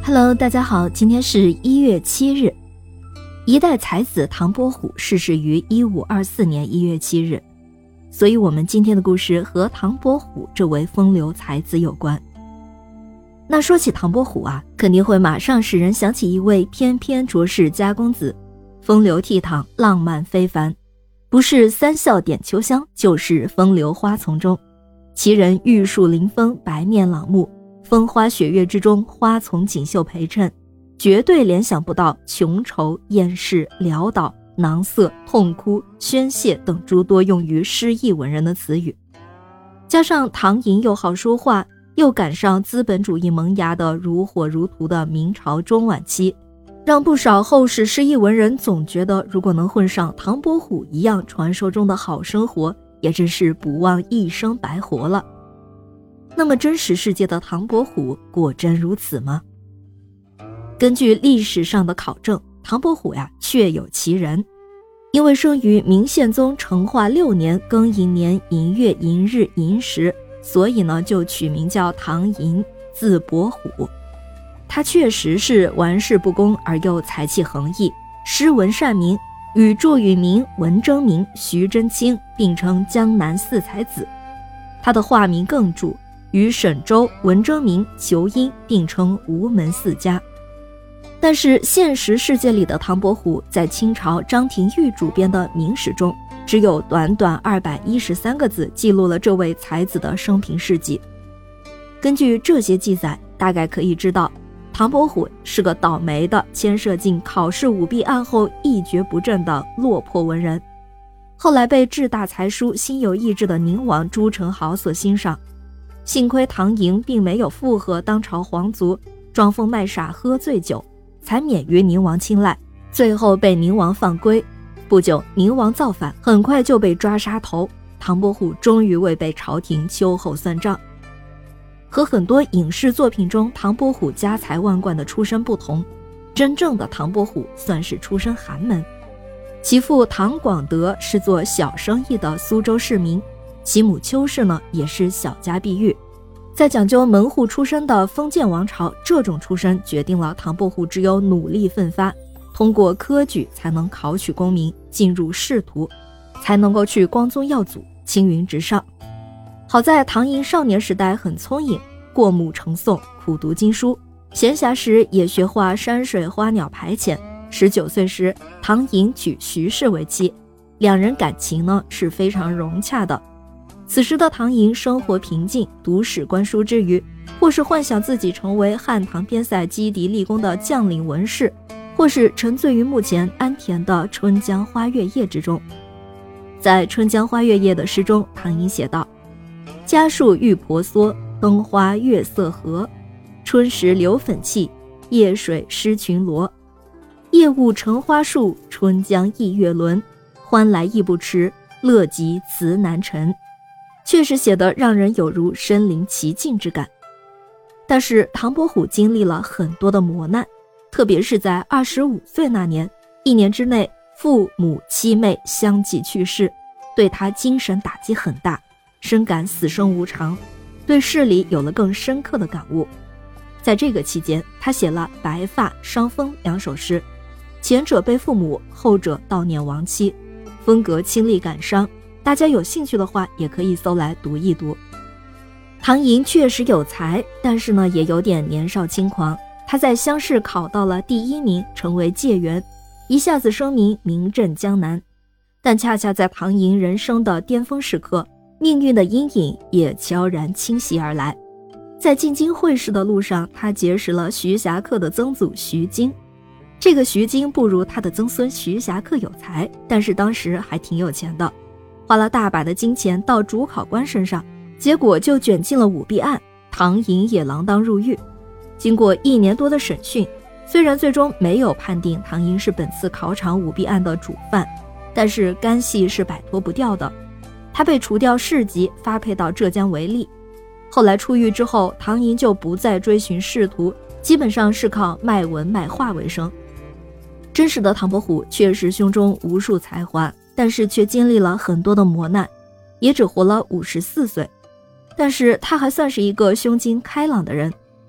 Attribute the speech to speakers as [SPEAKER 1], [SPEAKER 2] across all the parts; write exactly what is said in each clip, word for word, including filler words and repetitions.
[SPEAKER 1] Hello， 大家好，今天是一月七日。一代才子唐伯虎逝世于一五二四年一月七日，所以我们今天的故事和唐伯虎这位风流才子有关。那说起唐伯虎啊，肯定会马上使人想起一位翩翩卓氏家公子，风流倜傥，浪漫非凡，不是三笑点秋香，就是风流花丛中。其人玉树临风，白面朗目，风花雪月之中，花丛锦绣陪衬，绝对联想不到穷愁、厌世、潦倒、囊塞、痛哭、宣泄等诸多用于诗意文人的词语。加上唐寅又好说话，又赶上资本主义萌芽的如火如荼的明朝中晚期，让不少后世诗意文人总觉得，如果能混上唐伯虎一样传说中的好生活，也真是不忘一生白活了。那么真实世界的唐伯虎果真如此吗？根据历史上的考证，唐伯虎呀确有其人。因为生于明宪宗成化六年庚寅年寅月寅日寅时，所以呢就取名叫唐寅，字伯虎。他确实是玩世不恭而又才气横溢，诗文善明，与祝允明、文征明、徐祯卿并称江南四才子。他的化名更著，与沈周、文征明、裘英并称吴门四家。但是现实世界里的唐伯虎，在清朝张廷玉主编的明史中，只有短短二百一十三个字记录了这位才子的生平事迹。根据这些记载，大概可以知道，唐伯虎是个倒霉的，牵涉进考试舞弊案后一蹶不振的落魄文人，后来被志大才疏、心有意志的宁王朱宸濠所欣赏。幸亏唐寅并没有附和当朝皇族，装疯卖傻喝醉酒，才免于宁王青睐，最后被宁王放归。不久，宁王造反，很快就被抓杀头，唐伯虎终于未被朝廷秋后算账。和很多影视作品中唐伯虎家财万贯的出身不同，真正的唐伯虎算是出身寒门。其父唐广德是做小生意的苏州市民，其母邱氏呢也是小家碧玉。在讲究门户出身的封建王朝，这种出身决定了唐伯虎只有努力奋发，通过科举才能考取功名，进入仕途，才能够去光宗耀祖，青云直上。好在唐寅少年时代很聪颖，过目成诵，苦读经书，闲暇时也学画山水花鸟排遣。十九岁时，唐寅娶徐氏为妻，两人感情呢是非常融洽的。此时的唐寅生活平静，读史观书之余，或是幻想自己成为汉唐边塞击敌立功的将领文士，或是沉醉于目前安恬的春江花月夜之中。在春江花月夜的诗中，唐寅写道：家树玉婆娑，灯花月色和，春时流粉气，夜水湿裙罗。夜雾成花树，春江忆月轮，欢来意不迟，乐极词难陈。确实写得让人有如身临其境之感。但是唐伯虎经历了很多的磨难，特别是在二十五岁那年，一年之内父母妻妹相继去世，对他精神打击很大，深感死生无常，对事理有了更深刻的感悟。在这个期间，他写了《白发》《伤风》两首诗，前者悲父母，后者悼念亡妻，风格清丽感伤，大家有兴趣的话也可以搜来读一读。唐寅确实有才，但是呢也有点年少轻狂。他在乡试考到了第一名，成为解元，一下子声名名震江南。但恰恰在唐寅人生的巅峰时刻，命运的阴影也悄然侵袭而来。在进京会试的路上，他结识了徐霞客的曾祖徐经。这个徐经不如他的曾孙徐霞客有才，但是当时还挺有钱的，花了大把的金钱到主考官身上，结果就卷进了舞弊案，唐寅也锒铛入狱。经过一年多的审讯，虽然最终没有判定唐寅是本次考场舞弊案的主犯，但是干系是摆脱不掉的。他被除掉市级，发配到浙江为吏。后来出狱之后，唐寅就不再追寻仕途，基本上是靠卖文卖画为生。真实的唐伯虎确实胸中无数才华，但是却经历了很多的磨难，也只活了五十四岁。但是他还算是一个胸襟开朗的人，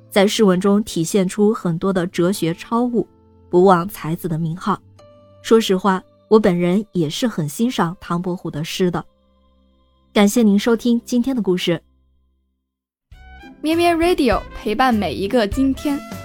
[SPEAKER 1] 在诗文中体现出很多的哲学超悟，不忘才子的名号。说实话，我本人也是很欣赏唐伯虎的诗的。感谢您收听今天的故事。
[SPEAKER 2] 咩咩 Radio 陪伴每一个今天。